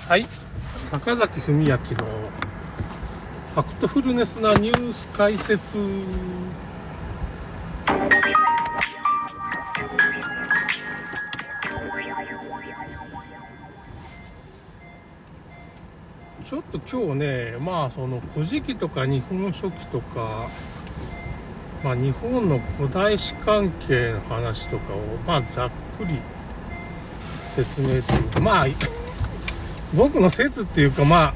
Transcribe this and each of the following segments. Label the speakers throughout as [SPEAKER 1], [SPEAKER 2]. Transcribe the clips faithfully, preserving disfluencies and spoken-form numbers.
[SPEAKER 1] はい、坂崎文明のファクトフルネスなニュース解説。ちょっと今日ね、まあその古事記とか日本書紀とか、まあ日本の古代史関係の話とかをまあざっくり説明というか、まあ僕の説っていうか、まあ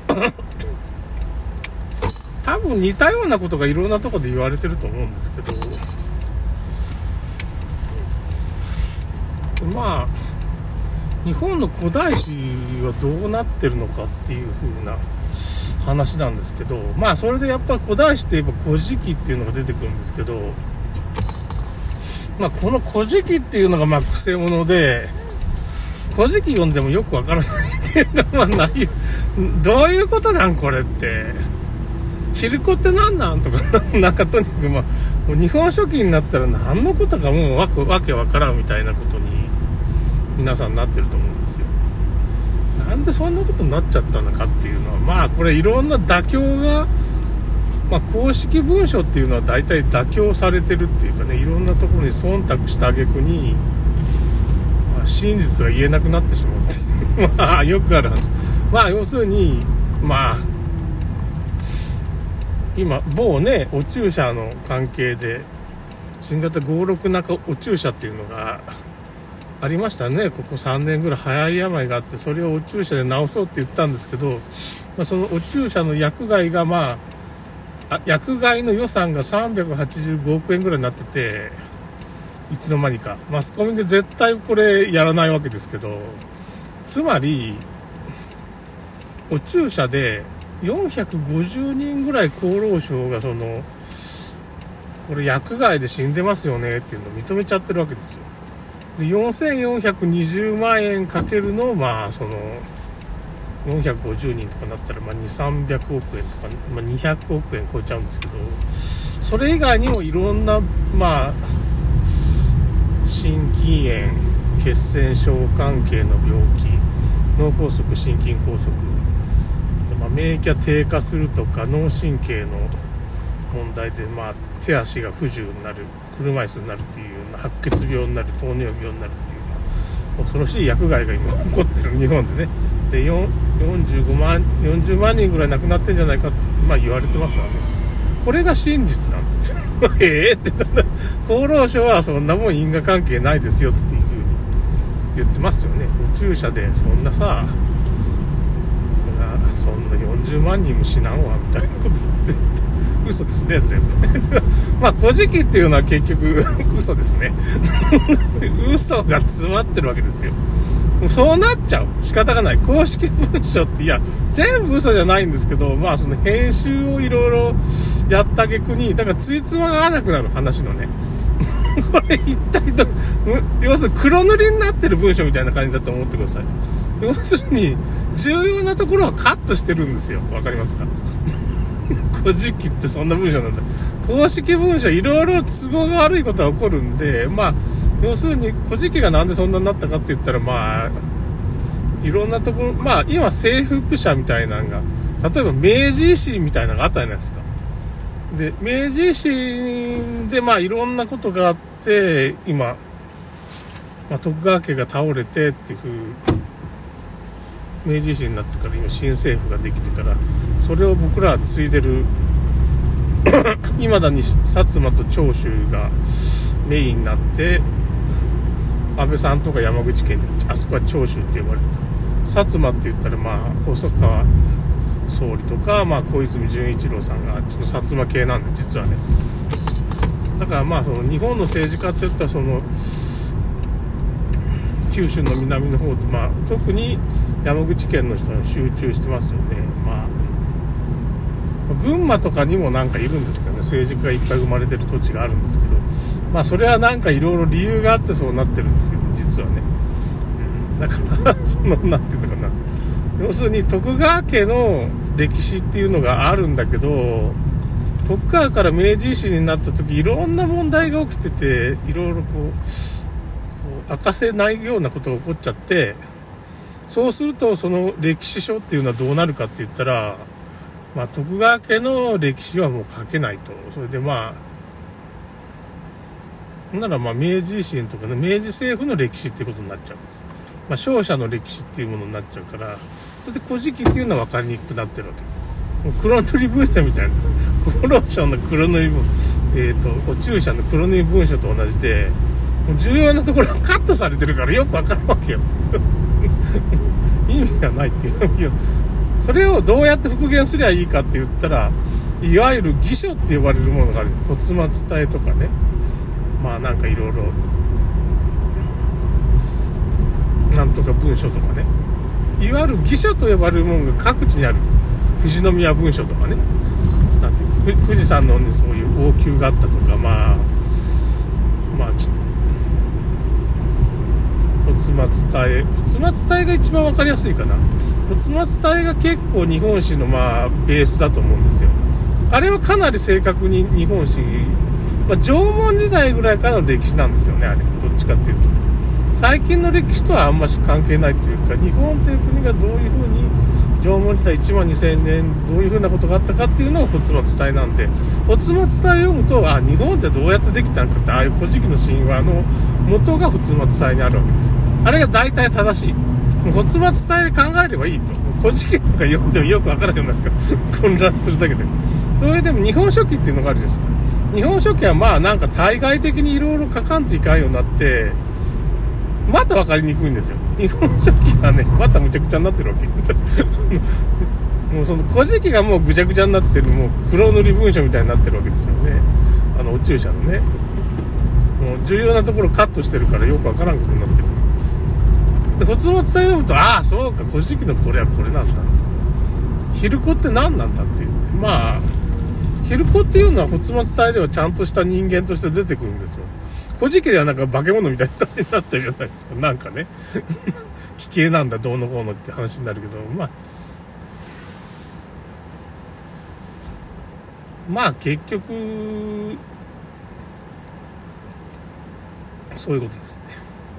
[SPEAKER 1] 多分似たようなことがいろんなところで言われてると思うんですけど、まあ日本の古代史はどうなってるのかっていう風な話なんですけど、まあそれでやっぱ古代史といえば古事記っていうのが出てくるんですけど、まあこの古事記っていうのがまあ癖者で、古事記読んでもよくわからないっていうか、まあ内容どういうことなんこれって、キリコって何なんとかなんかとにかくまあもう日本書紀になったら何のことかもうわけわけわからんみたいなことに皆さんなってると思うんですよ。なんでそんなことになっちゃったのかっていうのは、まあこれいろんな妥協が、まあ公式文書っていうのは大体妥協されてるっていうかね、いろんなところに忖度した挙句に、まあ、真実が言えなくなってしまうっていうまあよくある話。まあ要するにまあ今某ねお注射の関係で新型ごじゅうろく中お注射っていうのがありましたね。ここさんねんぐらい早い病があって、それをお注射で治そうって言ったんですけど、まあ、そのお注射の薬害がまあ、あ薬害の予算がさんびゃくはちじゅうごおくえんぐらいになってて、いつの間にかマスコミで絶対これやらないわけですけど、つまりお注射でよんひゃくごじゅうにんぐらい厚労省がそのこれ薬害で死んでますよねっていうのを認めちゃってるわけですよ。でよんせんよんひゃくにじゅうまんえんかけるのまあそのよんひゃくごじゅうにんとかなったらまあにせんさんびゃくおくえんとか、まあ、にひゃくおくえん超えちゃうんですけど、それ以外にもいろんなまあ心筋炎、血栓症関係の病気、脳梗塞、心筋梗塞、まあ、免疫が低下するとか脳神経の問題で、まあ、手足が不自由になる、車椅子になるっていうような、白血病になる、糖尿病になるっていう、まあ、恐ろしい薬害が今起こってる日本でね。でよんじゅうごまんよんじゅうまんにんぐらい亡くなってんじゃないかって、まあ、言われてますわね。これが真実なんですよええって厚労省はそんなもん因果関係ないですよっていう風に言ってますよね。お注射でそんなさ、そんなそんなよんじゅうまんにんも死なんわみたいなこと言って嘘ですね全部まあ古事記っていうのは結局嘘ですね嘘が詰まってるわけですよ。そうなっちゃう、仕方がない。公式文書っていや全部嘘じゃないんですけど、まあその編集をいろいろやった挙句にだからついつまが合わなくなる話のねこれ一体ど要するに黒塗りになってる文書みたいな感じだと思ってください。要するに重要なところはカットしてるんですよ。わかりますか古事記ってそんな文章なんだ。公式文書いろいろ都合が悪いことが起こるんで、まあ要するに古事記がなんでそんなになったかって言ったら、まあいろんなところ、まあ今征服者みたいなのが、例えば明治維新みたいなのがあったじゃないですか。で明治維新でまあいろんなことがあって、今、まあ、徳川家が倒れてっていう風、明治維新になってから今新政府ができてから、それを僕らは継いでる未だに薩摩と長州がメインになって、安倍さんとか山口県にあそこは長州って呼ばれてた。薩摩って言ったらまあ細川総理とか、まあ小泉純一郎さんがあっちの薩摩系なんで実はね。だからまあその日本の政治家って言ったらその九州の南の方と、まあ特に山口県の人に集中してますよね。まあ群馬とかにもなんかいるんですけどね、政治家がいっぱい生まれてる土地があるんですけど、まあそれはなんかいろいろ理由があってそうなってるんですよ実はね、うん、だからそのなんていうのかな、要するに徳川家の歴史っていうのがあるんだけど、徳川から明治維新になった時いろんな問題が起きてて、いろいろこう、こう明かせないようなことが起こっちゃって、 そうするとその歴史書っていうのはどうなるかって言ったら、まあ、徳川家の歴史はもう書けないと。それでまあならまあ明治維新とかね、明治政府の歴史っていうことになっちゃうんです。まあ、勝者の歴史っていうものになっちゃうから、それで古事記っていうのは分かりにくくなってるわけ。もう黒塗り文書みたいな、厚労省の黒塗り文、えっと、お注射の黒塗り文書と同じで、もう重要なところがカットされてるからよく分かるわけよ。意味がないっていう。それをどうやって復元すりゃいいかって言ったら、いわゆる義書って呼ばれるものがある。骨末伝えとかね。まあなんかいろいろ、なんとか文書とかね。いわゆる義書と呼ばれるものが各地にあるんです。富士宮文書とかね。なんていう富士山の方にそういう王宮があったとか、まあ、まあ、骨末伝え、骨末伝えが一番わかりやすいかな。骨末伝えが結構日本史のまあベースだと思うんですよ。あれはかなり正確に日本史、まあ、縄文時代ぐらいからの歴史なんですよね、あれ。どっちかっていうと。最近の歴史とはあんまし関係ないっていうか、日本という国がどういうふうに縄文時代いちまんにせんねんどういうふうなことがあったかっていうのが骨末伝えなんで、骨末伝え読むと、あ、日本ってどうやってできたんかって、ああいう古事記の神話の元が骨末伝えにあるわけです。あれが大体正しい。もう骨末伝えで考えればいいと。古事記なんか読んでもよくわからないようになるから混乱するだけで。それでも日本書紀っていうのがあるじゃないですか。日本書紀はまあなんか対外的にいろいろ書かんといかんようになって、また分かりにくいんですよ。日本書紀はね、またむちゃくちゃになってるわけ。もうその古事記がもうぐちゃぐちゃになってる、もう黒塗り文書みたいになってるわけですよね。あのお注射のね。もう重要なところカットしてるからよく分からんことになってる。で、骨末伝え読むと、ああ、そうか、古事記のこれはこれなんだ。昼子って何なんだって言って、まあ、昼子っていうのは骨末伝えではちゃんとした人間として出てくるんですよ。古事記ではなんか化け物みたいな感じになってるじゃないですか。なんかね。奇形なんだ、どうのこうのって話になるけど、まあ、まあ結局、そういうことですね。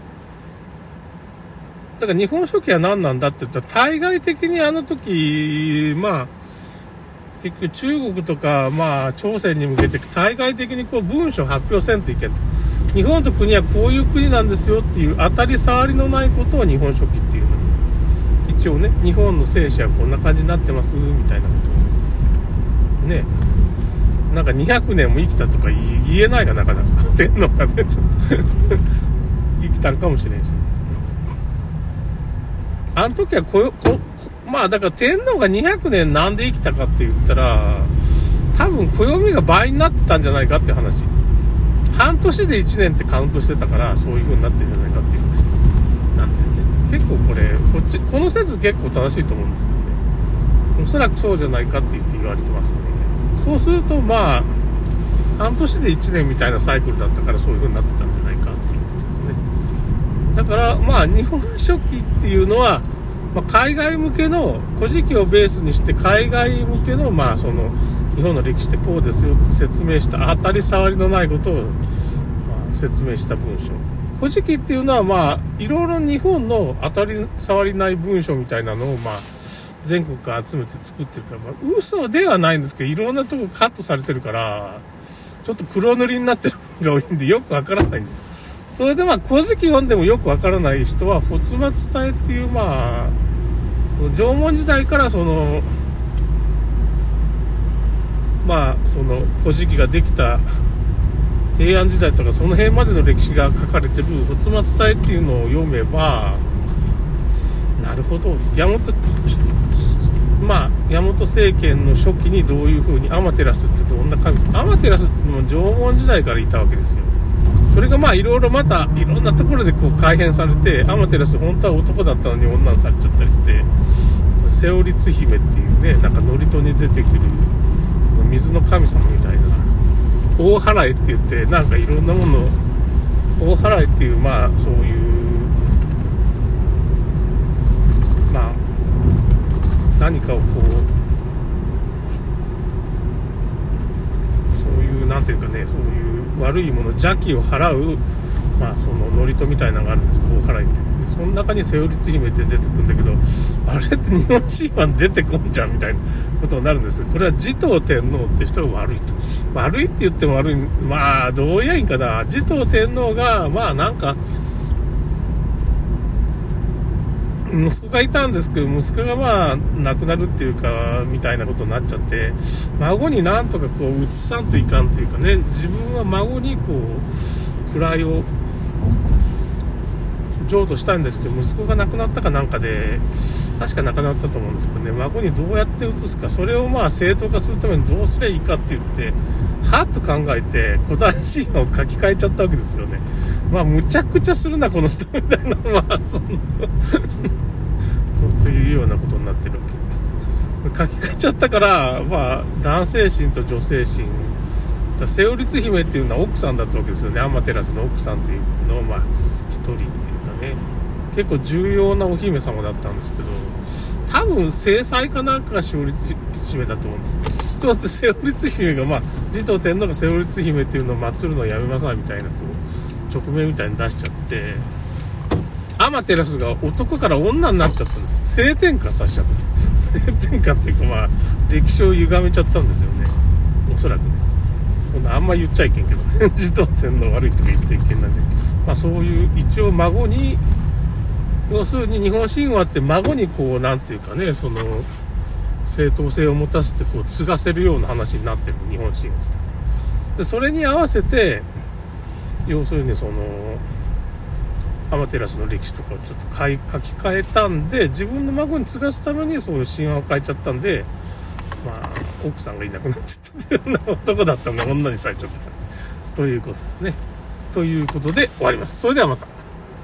[SPEAKER 1] だから日本書紀は何なんだって言ったら、対外的にあの時、まあ、結局中国とか、まあ、朝鮮に向けて対外的にこう文書発表せんといけんと。日本と国はこういう国なんですよっていう当たり障りのないことを日本書紀っていうのに。一応ね、日本の聖史はこんな感じになってます、みたいなことを。ね。なんかにひゃくねんも生きたとか言えないがなかなか。天皇がね、ちょっと生きたんかもしれんし。あの時はこ、こ、まあだから天皇がにひゃくねんなんで生きたかって言ったら、多分暦が倍になってたんじゃないかっていう話。半年でいちねんってカウントしてたから、そういう風になってるんじゃないかっていう話なんですよね。結構これ、こっち、この説結構正しいと思うんですけどね。おそらくそうじゃないかって言って言われてますね。そうするとまあ、半年でいちねんみたいなサイクルだったからそういう風になってたんじゃないかっていうことですね。だからまあ日本書紀っていうのは、まあ、海外向けの古事記をベースにして海外向けのまあその日本の歴史ってこうですよって説明した当たり障りのないことを、まあ、説明した文章。古事記っていうのはまあいろいろ日本の当たり障りない文章みたいなのをまあ全国から集めて作ってるから、まあ、嘘ではないんですけどいろんなとこカットされてるからちょっと黒塗りになってるのが多いんでよくわからないんですよ。それでまあ古事記読んでもよくわからない人は骨末伝えっていうまあ縄文時代からそのまあその古事記ができた平安時代とかその辺までの歴史が書かれてる骨末伝えっていうのを読めばなるほど大和まあ大和政権の初期にどういう風にアマテラスってどんな感じアマテラスっていうのも縄文時代からいたわけですよ。それがまあいろいろまたいろんなところでこう改変されてアマテラス本当は男だったのに女にされちゃったりしてセオリツ姫っていうねなんか祝詞に出てくる水の神様みたいな大祓いって言ってなんかいろんなもの大祓いっていうまあそういうまあ何かをこうそういうなんていうかねそういう悪いもの邪気を払うまあその祝詞みたいなのがあるんですけど大祓いってその中にセオリツ姫って出てくるんだけど、あれって日本神話に出てこんじゃんみたいなことになるんです。これは持統天皇って人が悪いと、悪いって言っても悪い、まあどうやいんかな。持統天皇がまあなんか息子がいたんですけど、息子がまあ亡くなるっていうかみたいなことになっちゃって、孫になんとかこう移さんといかんというかね、自分は孫にこう位を譲渡したんですけど、息子が亡くなったかなんかで確か亡くなったと思うんですけどね、孫にどうやって移すか、それをまあ正当化するためにどうすればいいかって言ってはっと考えて古代神話を書き換えちゃったわけですよね。まあむちゃくちゃするなこの人みたいな、まあそのというようなことになってるわけ。書き換えちゃったから、まあ男性神と女性神だ、セオリツ姫っていうのは奥さんだったわけですよね。アマテラスの奥さんっていうのをまあ一人っていうかね、結構重要なお姫様だったんですけど、多分正妻かなんかがセオリツ姫だと思うんです。そうやってセオリツ姫がまあ持統天皇がセオリツ姫っていうのを祀るのをやめなさいみたいなこう直命みたいに出しちゃって、アマテラスが男から女になっちゃったんです。性転換させちゃった。性転換っていうかまあ歴史を歪めちゃったんですよね、おそらくね。あんま言っちゃいけんけどね持統天皇悪いとか言っていけんなんで、まあそういう一応孫に、要するに日本神話って孫にこうなんていうかね、その正当性を持たせてこう継がせるような話になってる日本神話です。でそれに合わせて要するにそのアマテラスの歴史とかをちょっと書き換えたんで、自分の孫に継がすためにそういう神話を変えちゃったんで、まあ奥さんがいなくなっちゃったっていうような男だったので女にされちゃったということですね。ということで終わります。それではまた。